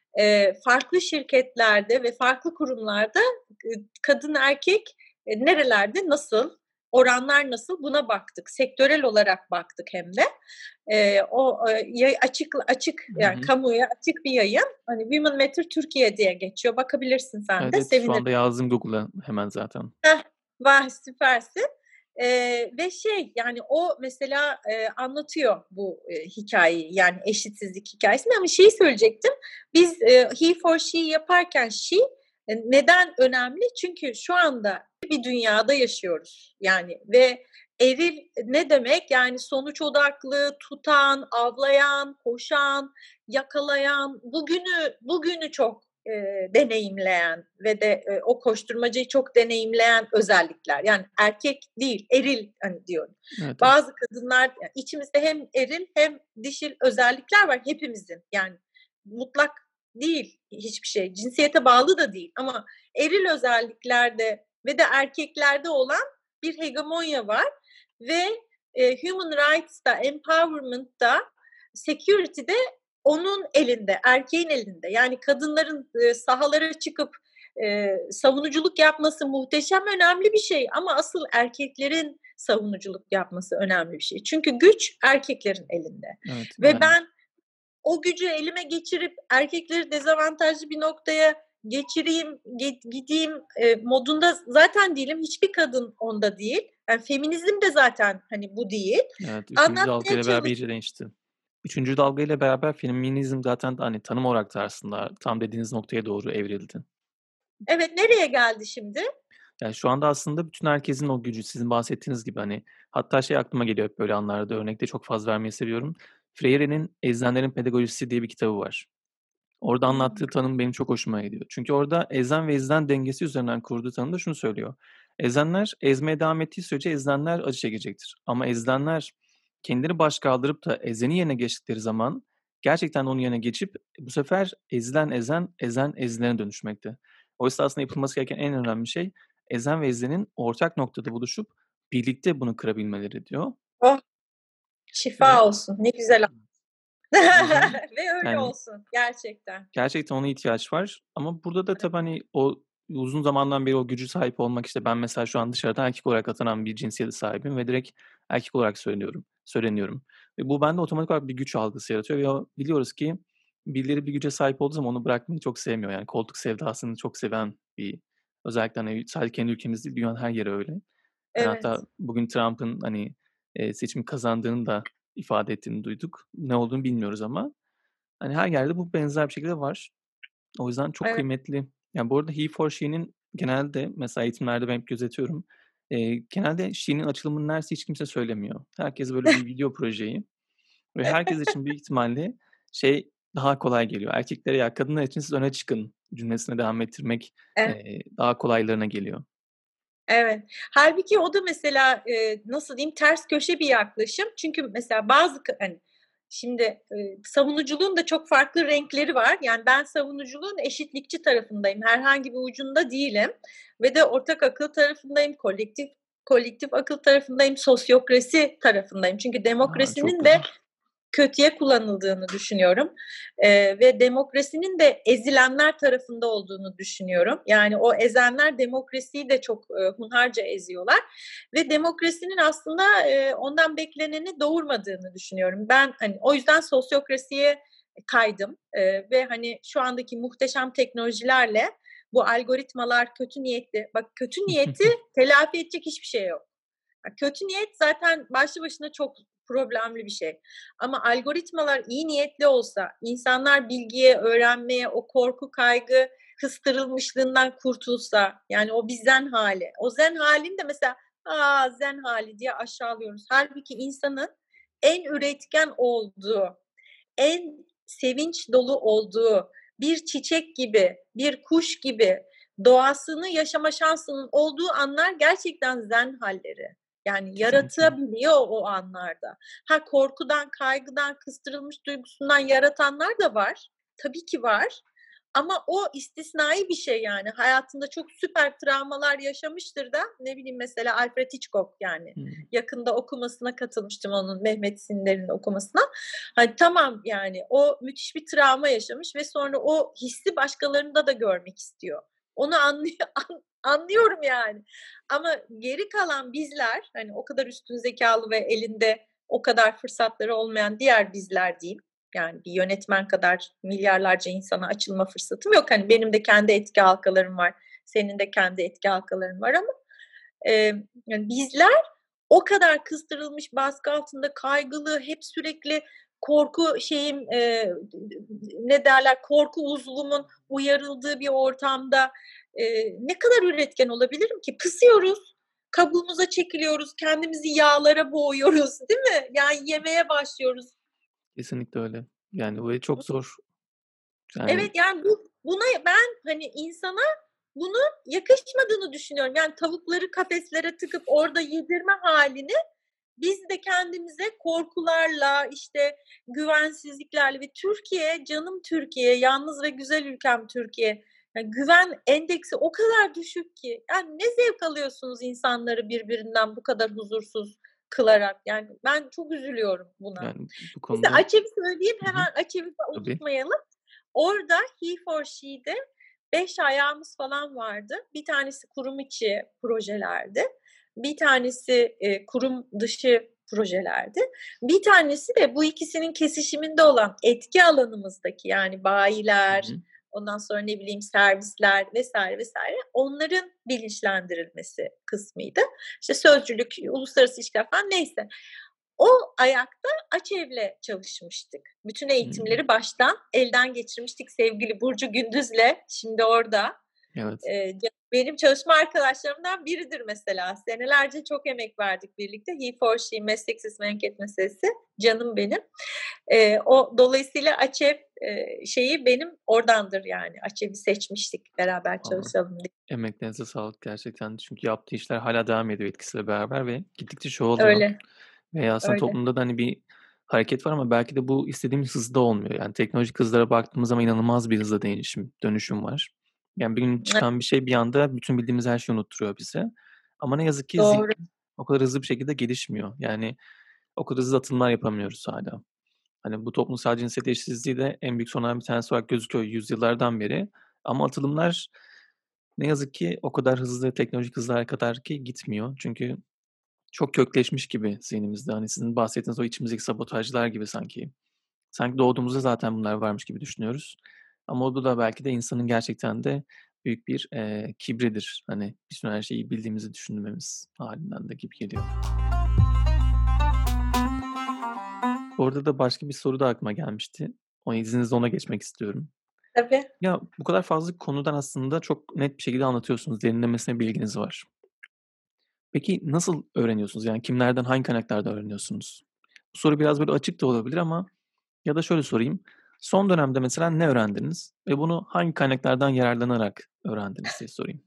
e, farklı şirketlerde ve farklı kurumlarda e, kadın erkek e, nerelerde nasıl, oranlar nasıl buna baktık. Sektörel olarak baktık hem de. E, o e, yay- açık açık Hı yani hı. kamuya açık bir yayın. Hani Women Matter Türkiye diye geçiyor. Bakabilirsin sen Evet, de. evet şu Sevinirim. anda yazdım Google'a hemen zaten. Heh, vah süpersin. Ee, ve şey yani o mesela e, anlatıyor bu e, hikayeyi yani eşitsizlik hikayesini ama şeyi söyleyecektim biz e, he for she yaparken she e, neden önemli çünkü şu anda bir dünyada yaşıyoruz yani ve eril ne demek yani sonuç odaklı tutan avlayan koşan yakalayan bugünü bugünü çok e, deneyimleyen ve de e, o koşturmacayı çok deneyimleyen özellikler. Yani erkek değil, eril hani diyorum. Evet, evet. Bazı kadınlar yani içimizde hem eril hem dişil özellikler var hepimizin. Yani mutlak değil hiçbir şey. Cinsiyete bağlı da değil ama eril özelliklerde ve de erkeklerde olan bir hegemonya var ve e, human rights'ta, empowerment'ta, security'de onun elinde, erkeğin elinde. Yani kadınların e, sahalara çıkıp e, savunuculuk yapması muhteşem önemli bir şey ama asıl erkeklerin savunuculuk yapması önemli bir şey. Çünkü güç erkeklerin elinde. Evet, Ve yani ben o gücü elime geçirip erkekleri dezavantajlı bir noktaya geçireyim, gideyim e, modunda zaten değilim. Hiçbir kadın onda değil. Yani feminizm de zaten hani bu değil. evet üçüncü Anlatmaya dalgayla beraber çalış. iyice değişti. Üçüncü dalgayla beraber feminizm zaten hani tanım olarak da aslında tam dediğiniz noktaya doğru evrildi. Evet nereye geldi şimdi? Yani, şu anda aslında bütün herkesin o gücü sizin bahsettiğiniz gibi, hani, hatta şey aklıma geliyor hep böyle anlarda, örnek de çok fazla vermeyi seviyorum. Freire'nin "Ezilenlerin Pedagojisi" diye bir kitabı var. Orada Hımm. anlattığı tanım benim çok hoşuma gidiyor. Çünkü orada ezen ve ezilen dengesi üzerinden kurduğu tanımda şunu söylüyor: Ezenler ezmeye devam ettiği sürece ezilenler acı çekecektir. Ama ezilenler kendini baş kaldırıp da ezenin yerine geçtikleri zaman gerçekten onun yerine geçip bu sefer ezilen ezen, ezen ezilene dönüşmekte. Oysa aslında yapılması gereken en önemli şey ezen ve ezilenin ortak noktada buluşup birlikte bunu kırabilmeleri diyor. Oh, Ve şifa olsun. Ne güzel. o yüzden Ve öyle yani olsun gerçekten. gerçekten ona ihtiyaç var ama burada da tabii, hani, o uzun zamandan beri o gücü sahip olmak, işte, ben mesela şu an dışarıdan erkek olarak atanan bir cinsiyete sahibim ve direkt erkek olarak söylüyorum söyleniyorum ve bu bende otomatik olarak bir güç algısı yaratıyor ve o biliyoruz ki birileri bir güce sahip olduğu zaman onu bırakmayı çok sevmiyor. Yani koltuk sevdasını çok seven bir özellikle, hani, sadece kendi ülkemizde değil, dünyanın her yeri öyle. Yani, hatta Evet. bugün Trump'ın, hani, eee, seçimi kazandığını da ifade ettiğini duyduk. Ne olduğunu bilmiyoruz ama, hani, her yerde bu benzer bir şekilde var. O yüzden çok Evet. kıymetli. Yani, bu arada he for she'nin genelde mesela eğitimlerde ben hep gözetiyorum. Eee, genelde she'nin açılımını neredeyse hiç kimse söylemiyor. Herkes böyle bir video projeyi ve herkes için büyük ihtimalle şey daha kolay geliyor. Erkeklere "Ya, kadınlar için siz öne çıkın." cümlesine devam ettirmek, Evet. eee, daha kolaylarına geliyor. Evet. Hâlbuki o da mesela, eee, nasıl diyeyim, ters köşe bir yaklaşım. Çünkü mesela bazı k hani, şimdi, eee, savunuculuğun da çok farklı renkleri var. Yani ben savunuculuğun eşitlikçi tarafındayım. Herhangi bir ucunda değilim ve de ortak akıl tarafındayım, kolektif kolektif akıl tarafındayım, sosyokrasi tarafındayım. Çünkü A, çok demokrasinin de güzel. kötüye kullanıldığını düşünüyorum, eee, ve demokrasinin de ezilenler tarafında olduğunu düşünüyorum. Yani o ezenler demokrasiyi de çok, eee, hunharca eziyorlar ve demokrasinin aslında, eee, ondan bekleneni doğurmadığını düşünüyorum. Ben, hani, o yüzden sosyokrasiye kaydım, eee, ve, hani, şu andaki muhteşem teknolojilerle bu algoritmalar kötü niyetli, bak kötü niyeti telafi edecek hiçbir şey yok. Ya, kötü niyet zaten başlı başına çok problemli bir şey. Ama algoritmalar iyi niyetli olsa, insanlar bilgiye, öğrenmeye, o korku, kaygı kıstırılmışlığından kurtulsa, yani o bir zen hâli. O zen hâlini de mesela, "A, zen hâli." diye aşağılıyoruz. Hâlbuki insanın en üretken olduğu, en sevinç dolu olduğu, bir çiçek gibi, bir kuş gibi doğasını yaşama şansının olduğu anlar gerçekten zen hâlleri. Yani Kesinlikle. yaratabiliyor o anlarda. Ha, korkudan, kaygıdan, kıstırılmış duygusundan yaratanlar da var. Tabii ki var. Ama o istisnai bir şey yani. Hayatında çok süper travmalar yaşamıştır da, ne bileyim mesela Alfred Hitchcock yani. Hımm. Yakında okumasına katılmıştım onun, Mehmet Sinirler'in okumasına. Hani tamam yani o müthiş bir travma yaşamış ve sonra o hissi başkalarında da görmek istiyor. Onu anlıyor an anlıyorum yani. Ama geri kalan bizler, hani o kadar üstün zekâlı ve elinde o kadar fırsatları olmayan diğer bizler diyeyim, yani bir yönetmen kadar milyarlarca insana açılma fırsatım yok. Hani benim de kendi etki halkalarım var, senin de kendi etki halkaların var ama, emm, yani bizler o kadar kıstırılmış, baskı altında, kaygılı, hep sürekli korku şeyim, eee, ne derler, korku uzvumun uyarıldığı bir ortamda, eee, ne kadar üretken olabilirim ki? Pısıyoruz, kabuğumuza çekiliyoruz, kendimizi yağlara boğuyoruz, değil mi? Yani yemeye başlıyoruz. Kesinlikle öyle. Yani ve çok zor. Yani Evet, yani bu buna ben, hani, insana bunun yakışmadığını düşünüyorum. Yani tavukları kafeslere tıkıp orada yedirme hâlini biz de kendimize korkularla, işte, güvensizliklerle ve Türkiye, canım Türkiye, yalnız ve güzel ülkem Türkiye. Ya, güven endeksi o kadar düşük ki. Yani ne zevk alıyorsunuz insanları birbirinden bu kadar huzursuz kılarak? Yani ben çok üzülüyorum buna. yani bu Mesela konuda Açev'i söyleyeyim, Hı hı. hemen Açev'i de Tabii. unutmayalım. Orada He for She'de beş ayağımız falan vardı. Bir tanesi kurum içi projelerdi. Bir tanesi, eee, kurum dışı projelerdi. Bir tanesi de bu ikisinin kesişiminde olan etki alanımızdaki, yani Hı bayiler, hı. ondan sonra ne bileyim servisler vesaire vesaire onların bilinçlendirilmesi kısmıydı. İşte sözcülük, uluslararası ilişkiler falan neyse. O ayakta Açev'le çalışmıştık. Bütün Hımm. eğitimleri baştan elden geçirmiştik sevgili Burcu Gündüz'le. Şimdi orada. Evet. Eee, benim çalışma arkadaşlarımdan biridir mesela. Senelerce çok emek verdik birlikte. He for She mesleksiz menket meselesi. Canım benim. Eee, o dolayısıyla Açev eee, şeyi benim oradandır yani. Açev'i seçmiştik beraber Vallahi çalışalım diye. emeklerinize sağlık gerçekten. Çünkü yaptığı işler hala devam ediyor etkisiyle beraber ve gittikçe çoğalıyor. Öyle, Ve aslında öyle. toplumda da hani bir hareket var ama belki de bu istediğimiz hızda olmuyor. Yani teknolojik hızlara baktığımız zaman inanılmaz bir hızla değişim, dönüşüm var. Yani bir gün çıkan bir şey bir anda bütün bildiğimiz her şeyi unutturuyor bize. Ama ne yazık ki Doğru. zihin o kadar hızlı bir şekilde gelişmiyor. Yani o kadar hızlı atılımlar yapamıyoruz hala. Hani bu toplumsal cinsiyet eşitsizliği de en büyük sorunlardan bir tanesi olarak gözüküyor yüzyıllardan beri. Ama atılımlar ne yazık ki o kadar hızlı teknolojik hızlara kadar ki gitmiyor. Çünkü çok kökleşmiş gibi zihnimizde. Hani sizin bahsettiğiniz o içimizdeki sabotajlar gibi sanki. Sanki doğduğumuzda zaten bunlar varmış gibi düşünüyoruz. Ama o da belki de insanın gerçekten de büyük bir eee, kibridir. Hani bütün her şeyi bildiğimizi düşünmemiz halinden de gibi geliyor. Orada da başka bir soru da aklıma gelmişti. O izninizle ona geçmek istiyorum. Tabii. Ya bu kadar fazla konudan aslında çok net bir şekilde anlatıyorsunuz. Derinlemesine bilginiz var. Peki nasıl öğreniyorsunuz? Yani kimlerden, hangi kaynaklardan öğreniyorsunuz? Bu soru biraz böyle açık da olabilir ama ya da şöyle sorayım. Son dönemde mesela ne öğrendiniz ve bunu hangi kaynaklardan yararlanarak öğrendiniz diye sorayım.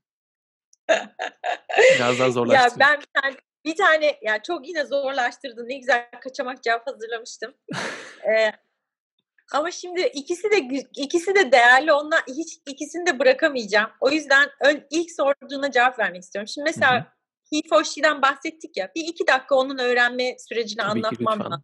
Biraz daha Ya zorlaştırayım. ben bir tane, bir tane ya çok yine zorlaştırdın. Ne güzel kaçamak cevap hazırlamıştım. Eee, ama şimdi ikisi de gü- ikisi de değerli. Onlar hiç ikisini de bırakamayacağım. O yüzden ön, ilk sorduğuna cevap vermek istiyorum. Şimdi Hı hı. mesela He for She'den bahsettik ya. Bir iki dakika onun öğrenme sürecini Tabii ki anlatmam lazım. lütfen.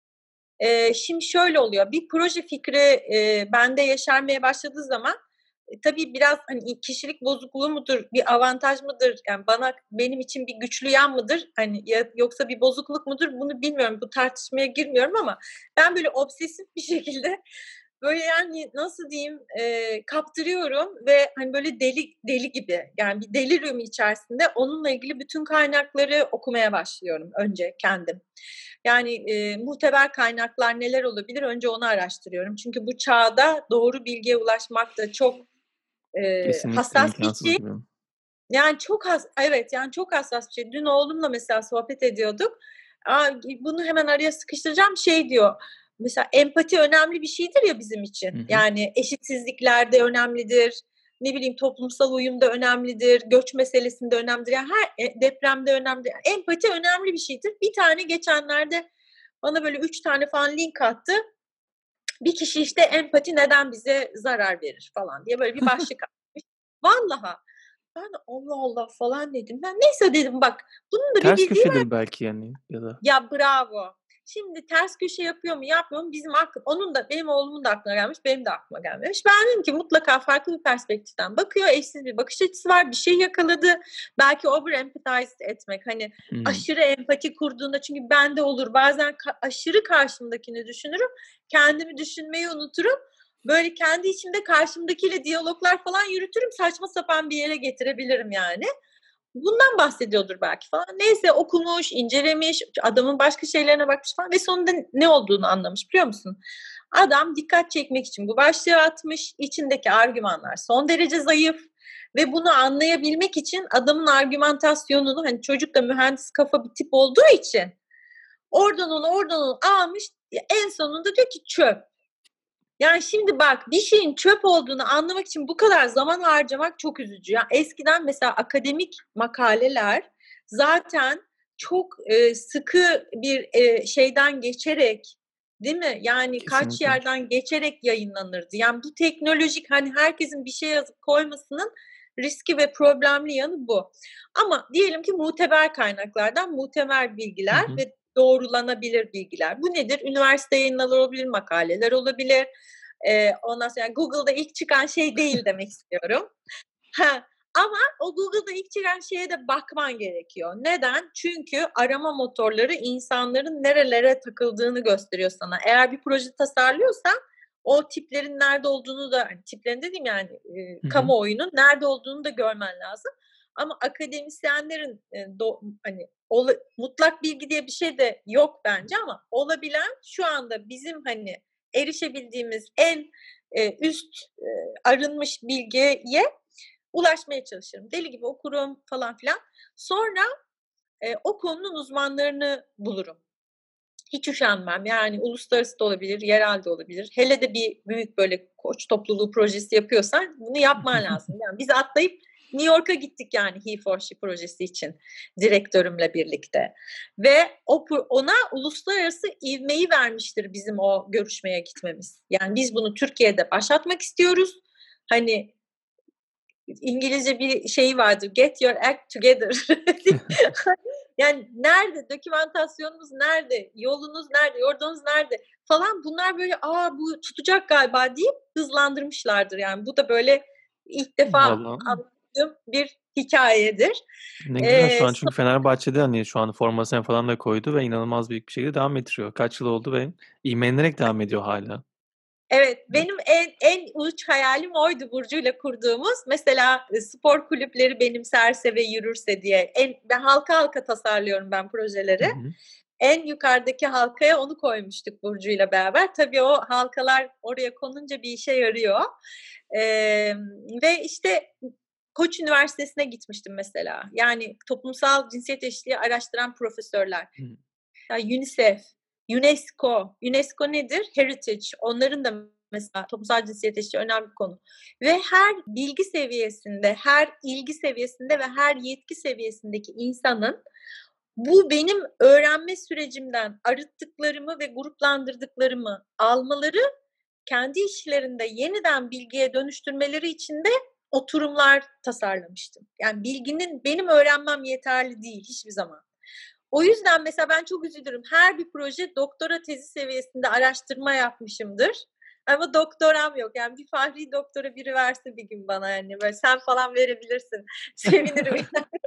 Eee, şimdi şöyle oluyor. Bir proje fikri eee, bende yeşermeye başladığı zaman e, tabii biraz hani kişilik bozukluğu mudur, bir avantaj mıdır? Yani bana benim için bir güçlü yan mıdır? Hani ya, yoksa bir bozukluk mudur? Bunu bilmiyorum. Bu tartışmaya girmiyorum ama ben böyle obsesif bir şekilde böyle yani nasıl diyeyim eee, kaptırıyorum ve hani böyle deli deli gibi yani bir delirium içerisinde onunla ilgili bütün kaynakları okumaya başlıyorum önce kendim. Yani, eee, muhteber kaynaklar neler olabilir? Önce onu araştırıyorum. Çünkü bu çağda doğru bilgiye ulaşmak da çok, eee, Kesinlikle hassas bir imkansız şey. gibi. Yani çok has evet, yani çok hassas bir şey. Dün oğlumla mesela sohbet ediyorduk. Aaa, bunu hemen araya sıkıştıracağım. Şey diyor, mesela empati önemli bir şeydir ya bizim için. Hı hı. Yani eşitsizlikler de önemlidir. Ne bileyim toplumsal uyum da önemlidir. Göç meselesinde önemlidir. Yani her e depremde önemlidir. Empati önemli bir şeydir. Bir tane geçenlerde bana böyle üç tane falan link attı. Bir kişi işte empati neden bize zarar verir falan diye böyle bir başlık atmış. Vallaha. Ben de Allah Allah falan dedim. Ben neyse dedim bak bunun da bir Ters bildiği var. köşedir belki yani ya da. Ya bravo. Şimdi ters köşe yapıyor mu yapmıyor mu bizim aklım. Onun da benim oğlumun da aklına gelmiş benim de aklıma gelmemiş. Ben dedim ki mutlaka farklı bir perspektiften bakıyor. Eşsiz bir bakış açısı var. Bir şey yakaladı. Belki over empathize etmek. Hani Hımm. aşırı empati kurduğunda çünkü bende olur. Bazen ka- aşırı karşımdakini düşünürüm. Kendimi düşünmeyi unuturum. Böyle kendi içimde karşımdakiyle diyaloglar falan yürütürüm. Saçma sapan bir yere getirebilirim yani. Bundan bahsediyordur belki falan. Neyse okumuş, incelemiş, adamın başka şeylerine bakmış falan ve sonunda ne olduğunu anlamış biliyor musun? Adam dikkat çekmek için bu başlığı atmış. İçindeki argümanlar son derece zayıf ve bunu anlayabilmek için adamın argümantasyonunu hani çocuk da mühendis kafa bir tip olduğu için oradan onu oradan onu almış. En sonunda diyor ki çöp. Yani şimdi bak bir şeyin çöp olduğunu anlamak için bu kadar zaman harcamak çok üzücü. Ya eskiden mesela akademik makaleler zaten çok e, sıkı bir e, şeyden geçerek değil mi? Yani kaç Kesinlikle. yerden geçerek yayınlanırdı. Yani bu teknolojik hani herkesin bir şey yazıp koymasının riski ve problemli yanı bu. Ama diyelim ki muteber kaynaklardan muteber Hı bilgiler hı. ve doğrulanabilir bilgiler. Bu nedir? Üniversite yayınları olabilir, makaleler olabilir. Eee, ondan sonra yani Google'da ilk çıkan şey değil demek istiyorum. Ha, ama o Google'da ilk çıkan şeye de bakman gerekiyor. Neden? Çünkü arama motorları insanların nerelere takıldığını gösteriyor sana. Eğer bir proje tasarlıyorsan o tiplerin nerede olduğunu da hani tiplerin dediğim yani e, Hı hı. kamuoyunun nerede olduğunu da görmen lazım. Ama akademisyenlerin e, do, hani ola, mutlak bilgi diye bir şey de yok bence ama olabilen şu anda bizim hani erişebildiğimiz en e, üst e, arınmış bilgiye ulaşmaya çalışırım. Deli gibi okurum falan filan. Sonra e, o konunun uzmanlarını bulurum. Hiç üşenmem. Yani uluslararası da olabilir, yerel de olabilir. Hele de bir büyük böyle koç topluluğu projesi yapıyorsan bunu yapman lazım. Yani biz atlayıp New York'a gittik yani He for She projesi için direktörümle birlikte. Ve o ona uluslararası ivmeyi vermiştir bizim o görüşmeye gitmemiz. Yani biz bunu Türkiye'de başlatmak istiyoruz. Hani İngilizce bir şeyi vardır. Get your act together. Yani nerede? Dokümantasyonumuz nerede? Yolunuz nerede? Yordunuz nerede? Falan bunlar böyle aa bu tutacak galiba deyip hızlandırmışlardır. Yani bu da böyle ilk defa Vallahi. anlattığım bir hikayedir. Ne güzel Ee, şu an çünkü Fenerbahçe'de hani şu an formasına falan da koydu ve inanılmaz büyük bir şekilde devam ettiriyor. Kaç yıl oldu ve ivmelenerek devam ediyor hala. Evet, benim en en uç hayalim oydu Burcu'yla kurduğumuz. Mesela spor kulüpleri benimserse ve yürürse diye. En, ben halka halka tasarlıyorum ben projeleri. Hı hı. En yukarıdaki halkaya onu koymuştuk Burcu'yla beraber. Tabii o halkalar oraya konunca bir işe yarıyor. Ee, ve işte Koç Üniversitesi'ne gitmiştim mesela. Yani toplumsal cinsiyet eşitliği araştıran profesörler. Hı. Yani UNICEF, UNESCO. UNESCO nedir? Heritage. Onların da mesela toplumsal cinsiyet eşitliği önemli bir konu. Ve her bilgi seviyesinde, her ilgi seviyesinde ve her yetki seviyesindeki insanın bu benim öğrenme sürecimden arıttıklarımı ve gruplandırdıklarımı almaları, kendi işlerinde yeniden bilgiye dönüştürmeleri için de oturumlar tasarlamıştım. Yani bilginin benim öğrenmem yeterli değil hiçbir zaman. O yüzden mesela ben çok üzülürüm. Her bir proje doktora tezi seviyesinde araştırma yapmışımdır. Ama doktoram yok. Yani bir fahri doktora biri verse bir gün bana yani. Böyle sen falan verebilirsin. Sevinirim.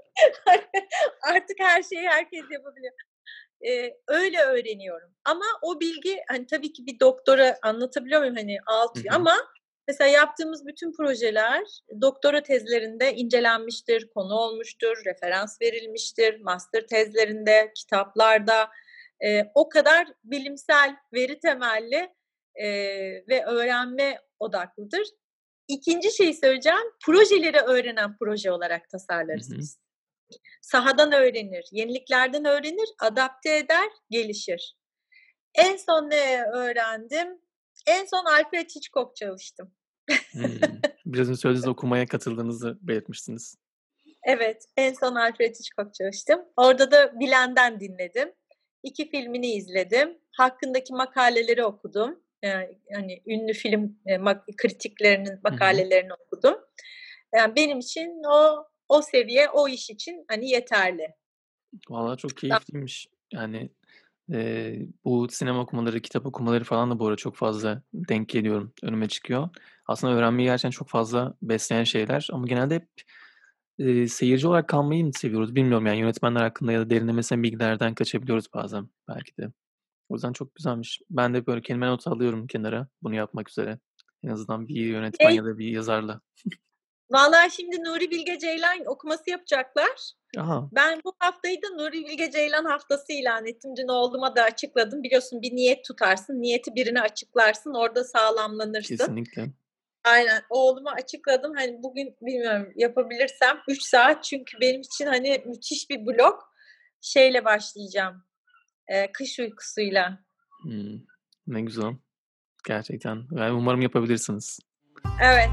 Artık her şeyi herkes yapabiliyor. Ee, öyle öğreniyorum. Ama o bilgi hani tabii ki bir doktora anlatabiliyor muyum? Hani alt Hı hı. ama mesela yaptığımız bütün projeler doktora tezlerinde incelenmiştir, konu olmuştur, referans verilmiştir, master tezlerinde, kitaplarda e, o kadar bilimsel, veri temelli e, ve öğrenme odaklıdır. İkinci şeyi söyleyeceğim, projeleri öğrenen proje olarak tasarlarız Hı hı. biz. Sahadan öğrenir, yeniliklerden öğrenir, adapte eder, gelişir. En son ne öğrendim? En son Alfred Hitchcock çalıştım. Hmm. Biraz önce söylediğiniz okumaya katıldığınızı belirtmişsiniz. Evet, en son Alfred Hitchcock çalıştım. Orada da bilenden dinledim. İki filmini izledim. Hakkındaki makaleleri okudum. Yani, yani ünlü film e, mak- kritiklerinin makalelerini okudum. Yani benim için o o seviye, o iş için hani yeterli. Vallahi çok keyifliymiş. Yani e, bu sinema okumaları, kitap okumaları falan da bu arada çok fazla denk geliyorum. Önüme çıkıyor. Aslında öğrenmeyi gerçekten çok fazla besleyen şeyler. Ama genelde hep e, seyirci olarak kalmayı mı seviyoruz bilmiyorum. Yani yönetmenler hakkında ya da derinlemesine bilgilerden kaçabiliyoruz bazen belki de. O yüzden çok güzelmiş. Ben de böyle kelime not alıyorum kenara bunu yapmak üzere. En azından bir yönetmen Şey, ya da bir yazarla. Vallahi şimdi Nuri Bilge Ceylan okuması yapacaklar. Aha, Ben bu haftayı da Nuri Bilge Ceylan haftası ilan ettim. Dün oğluma da açıkladım. Biliyorsun bir niyet tutarsın. Niyeti birine açıklarsın. Orada sağlamlanırsın. kesinlikle. Aynen. Oğluma açıkladım. Hani bugün bilmiyorum yapabilirsem üç saat. Çünkü benim için hani müthiş bir blok. Şeyle başlayacağım. Ee, kış uykusuyla. Hmm, ne güzel. Gerçekten. Yani umarım yapabilirsiniz. Evet.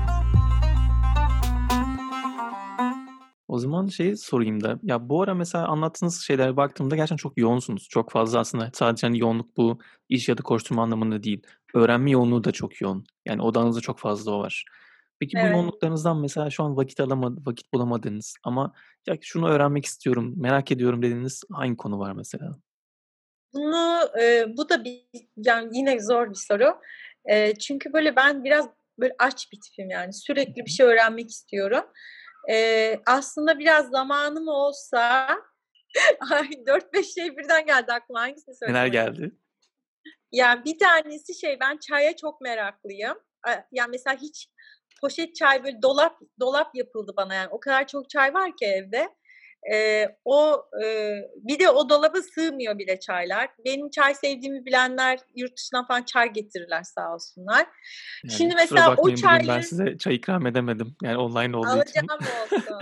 O zaman şeyi sorayım da. Ya bu ara mesela anlattığınız şeylere baktığımda gerçekten çok yoğunsunuz. Çok fazla aslında sadece hani yoğunluk bu iş ya da koşturma anlamında değil. Öğrenme yoğunluğu da çok yoğun. Yani odağınızda çok fazla o var. Peki bu Evet. yoğunluklarınızdan mesela şu an vakit alamadı, vakit bulamadığınız ama ya şunu öğrenmek istiyorum, merak ediyorum dediğiniz hangi konu var mesela? Bunu e, bu da bir yani yine zor bir soru. E, çünkü böyle ben biraz böyle aç bir tipim yani sürekli bir şey öğrenmek istiyorum. E, aslında biraz zamanım olsa ay dört beş şey birden geldi aklıma. Hangisini Neler söylesem acaba? geldi? Yani bir tanesi şey ben çaya çok meraklıyım. A- Yani mesela hiç poşet çay böyle dolap dolap yapıldı bana yani o kadar çok çay var ki evde. Eee, o, eee, bir de o dolaba sığmıyor bile çaylar. Benim çay sevdiğimi bilenler yurt dışından falan çay getirirler sağ olsunlar. Yani Şimdi kusura mesela o bakmayın bugün ben çayların size çay ikram edemedim. Yani online olduğu için. Alacağım olsun.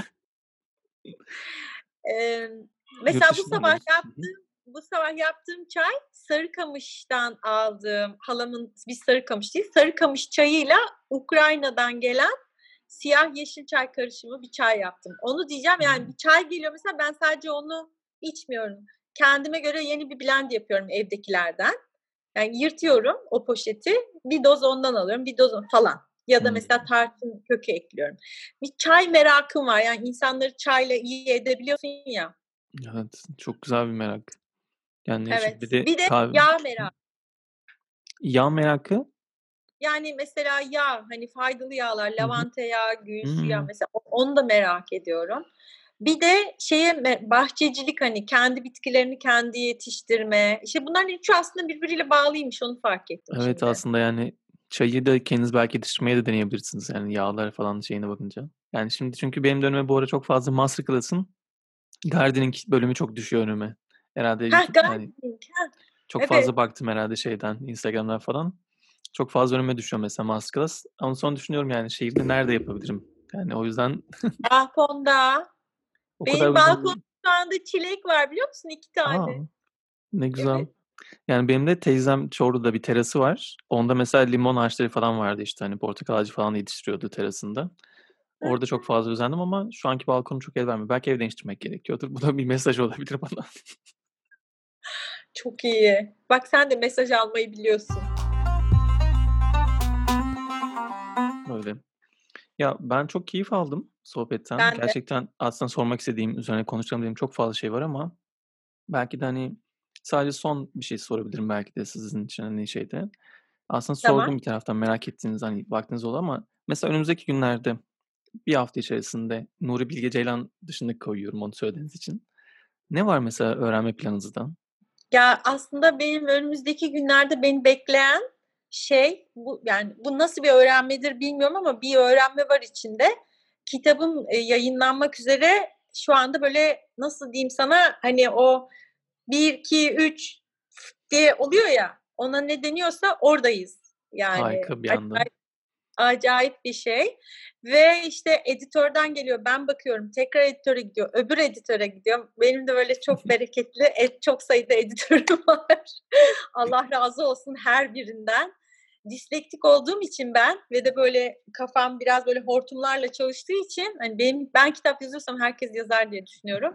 Emm, Yurt mesela bu dışından sabah mı? Hı hı. yaptığım bu sabah yaptığım çay Sarıkamış'tan aldığım halamın biz Sarıkamışlıyız. Sarıkamış çayıyla Ukrayna'dan gelen siyah yeşil çay karışımı bir çay yaptım. Onu diyeceğim yani Hımm. bir çay geliyor mesela ben sadece onu içmiyorum. Kendime göre yeni bir blend yapıyorum evdekilerden. Yani yırtıyorum o poşeti, bir doz ondan alıyorum, bir doz falan ya da mesela Hımm. tarçın kökü ekliyorum. Bir çay merakım var. Yani insanları çayla iyi edebiliyorsun ya. Evet, çok güzel bir merak. Yani şimdi bir Evet. de Bir de kahve. yağ Hı hı. merakı. Yağ merakı? Yani mesela yağ, hani faydalı yağlar, Hı hı. lavanta yağı, güğüsü yağı Hımm. mesela o onu da merak ediyorum. Bir de şeye me bahçecilik, hani kendi bitkilerini kendi yetiştirme, işte bunların üçü aslında birbiriyle bağlıymış, onu fark ettim Evet, şimdi. aslında yani çayı da kendiniz belki yetiştirmeyi de deneyebilirsiniz yani yağlar falan şeyine bakınca. Yani şimdi çünkü benim de önüme bu ara çok fazla masterclass'ın gardening bölümü çok düşüyor önüme. Herhâlde Hah, YouTube yani gardening. Hah, çok fazla evet. baktım herhâlde şeyden, Instagram'dan falan. Çok fazla önüme düşüyor mesela masterclass. Ama sonra düşünüyorum yani şehirde nerede yapabilirim? Yani o yüzden Balkonda. o kadar Benim uygun balkonumda değil. şu anda çilek var biliyor musun? iki A! tane. Ne güzel. Evet. Yani benim de teyzem Çorlu'da bir terası var. Onda mesela limon ağaçları falan vardı işte hani portakal ağacı falan yetiştiriyordu terasında. Hı Orada çok hı. fazla özendim ama şu anki balkonum çok el vermiyor. Belki ev değiştirmek gerekiyordur. Bu da bir mesaj olabilir bana. Çok iyi. Bak sen de mesaj almayı biliyorsun. Öyle. Ya, ben çok keyif aldım sohbetten. Ben de. Gerçekten aslında sormak istediğim, üzerine konuşalım dediğim çok fazla şey var ama belki de, hani, sadece son bir şey sorabilirim belki de sizin için, hani, şeyde. Aslında Tamam. sordum bir taraftan merak ettiğiniz, hani, vaktiniz oldu ama mesela önümüzdeki günlerde, bir hafta içerisinde Nuri Bilge Ceylan dışında koyuyorum onu söylediğiniz için. Ne var mesela öğrenme planınızda? Ya, aslında benim önümüzdeki günlerde beni bekleyen şey bu, yani, bu nasıl bir öğrenmedir bilmiyorum ama bir öğrenme var içinde. Kitabım, eee, yayınlanmak üzere. Şu anda böyle, nasıl diyeyim sana, hani, o bir iki üç diye oluyor ya, ona ne deniyorsa oradayız. Yani Harika bir anda. acayip acayip bir şey ve, işte, editörden geliyor. Ben bakıyorum, tekrar editöre gidiyor, öbür editöre gidiyor. Benim de böyle çok bereketli, ed çok sayıda editörüm var. Allah razı olsun her birinden. Dislektik olduğum için ben ve de böyle kafam biraz böyle hortumlarla çalıştığı için, hani, benim ben kitap yazıyorsam herkes yazar diye düşünüyorum.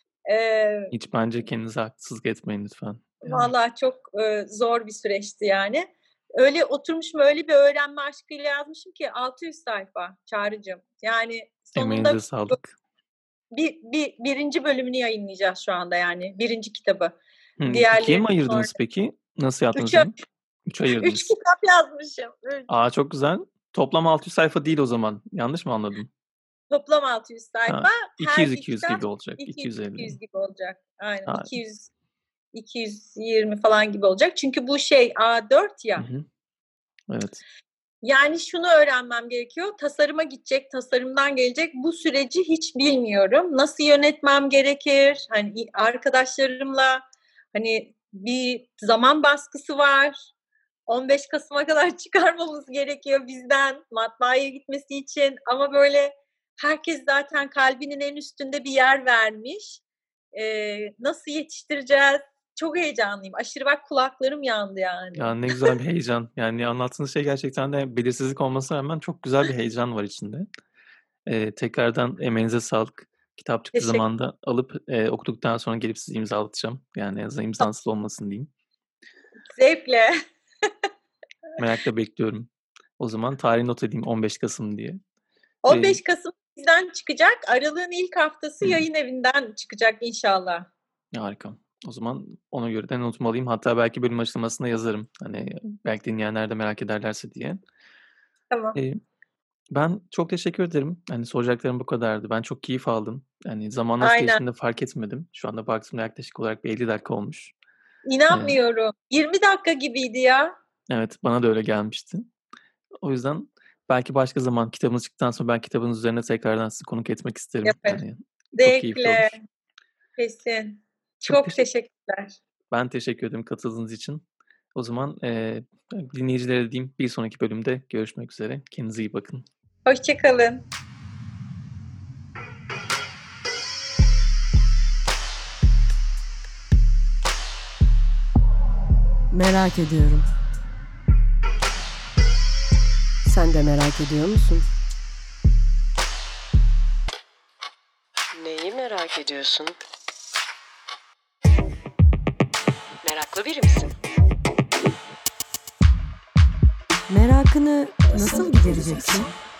Eee Hiç bence kendinize haksızlık etmeyin lütfen. Yani Vallahi çok, eee, zor bir süreçti yani. Öyle oturmuşum, öyle bir öğrenme aşkıyla yazmışım ki altı yüz sayfa Çağrıcığım. Yani emeğinize sonunda sağlık. bir bir birinci bölümünü yayınlayacağız şu anda yani birinci kitabı. Hımm, ikiye mi Diğerlerini sonra ayırdınız peki? Nasıl yaptınız üçe onu? üçe üç ayırdınız. kitap yazmışım. üç. A, çok güzel. Toplam altı yüz sayfa değil o zaman. Yanlış mı anladım? Toplam altı yüz sayfa. Ha, Her bir iki yüz iki yüz kitap gibi olacak. iki yüz elli. iki yüz iki yüz gibi olacak. Aynen Ha, iki yüz iki yüz yirmi falan gibi olacak. Çünkü bu şey A dört hı ya. hı. Evet. Yani şunu öğrenmem gerekiyor, tasarıma gidecek, tasarımdan gelecek. Bu süreci hiç bilmiyorum. Nasıl yönetmem gerekir? Hani, i arkadaşlarımla, hani, bir zaman baskısı var. on beş Kasım'a kadar çıkarmamız gerekiyor bizden matbaaya gitmesi için ama böyle herkes zaten kalbinin en üstünde bir yer vermiş. Eee, nasıl yetiştireceğiz? Çok heyecanlıyım. Aşırı bak kulaklarım yandı Ya, yani. ne güzel bir heyecan. Yani anlattığınız şey gerçekten de belirsizlik olmasına rağmen çok güzel bir heyecan var içinde. Eee, tekrardan emeğinize sağlık. Kitap çıktığı Teşekkür zaman da alıp, eee, okuduktan sonra gelip size imzalatacağım. Yani en azından imzasız olmasın diyeyim. Zevkle. Merakla bekliyorum. O zaman tarih not edeyim on beş Kasım diye. on Eee beş Kasım bizden çıkacak. Aralığın ilk haftası Hımm. yayın evinden çıkacak inşallah. Harika. O zaman ona göre de notumu alayım. Hatta belki bölüm açıklamasında yazarım. Hani, belki dinleyenler de merak ederlerse diye. Tamam. Eee, ben çok teşekkür ederim. Hani, soracaklarım bu kadardı. Ben çok keyif aldım. Yani, zaman nasıl Aynen. geçtiğini de fark etmedim. Şu anda baktığımda yaklaşık olarak bir elli dakika olmuş. Eee, İnanmıyorum. yirmi dakika gibiydi ya. evet, bana da öyle gelmişti. O yüzden belki başka zaman kitabınız çıktıktan sonra ben kitabınız üzerine tekrardan sizi konuk etmek isterim. Yaparız. Yani, çok keyifli Zevkle. olur. Kesin. Çok Çok teşekkür teşekkürler. Ben teşekkür ederim katıldığınız için. O zaman, eee, dinleyicilere diyeyim, bir sonraki bölümde görüşmek üzere. Kendinize iyi bakın. Hoşça kalın. Merak ediyorum. Sen de merak ediyor musun? Neyi merak ediyorsun? Meraklı biri misin? Merakını nasıl gidereceksin?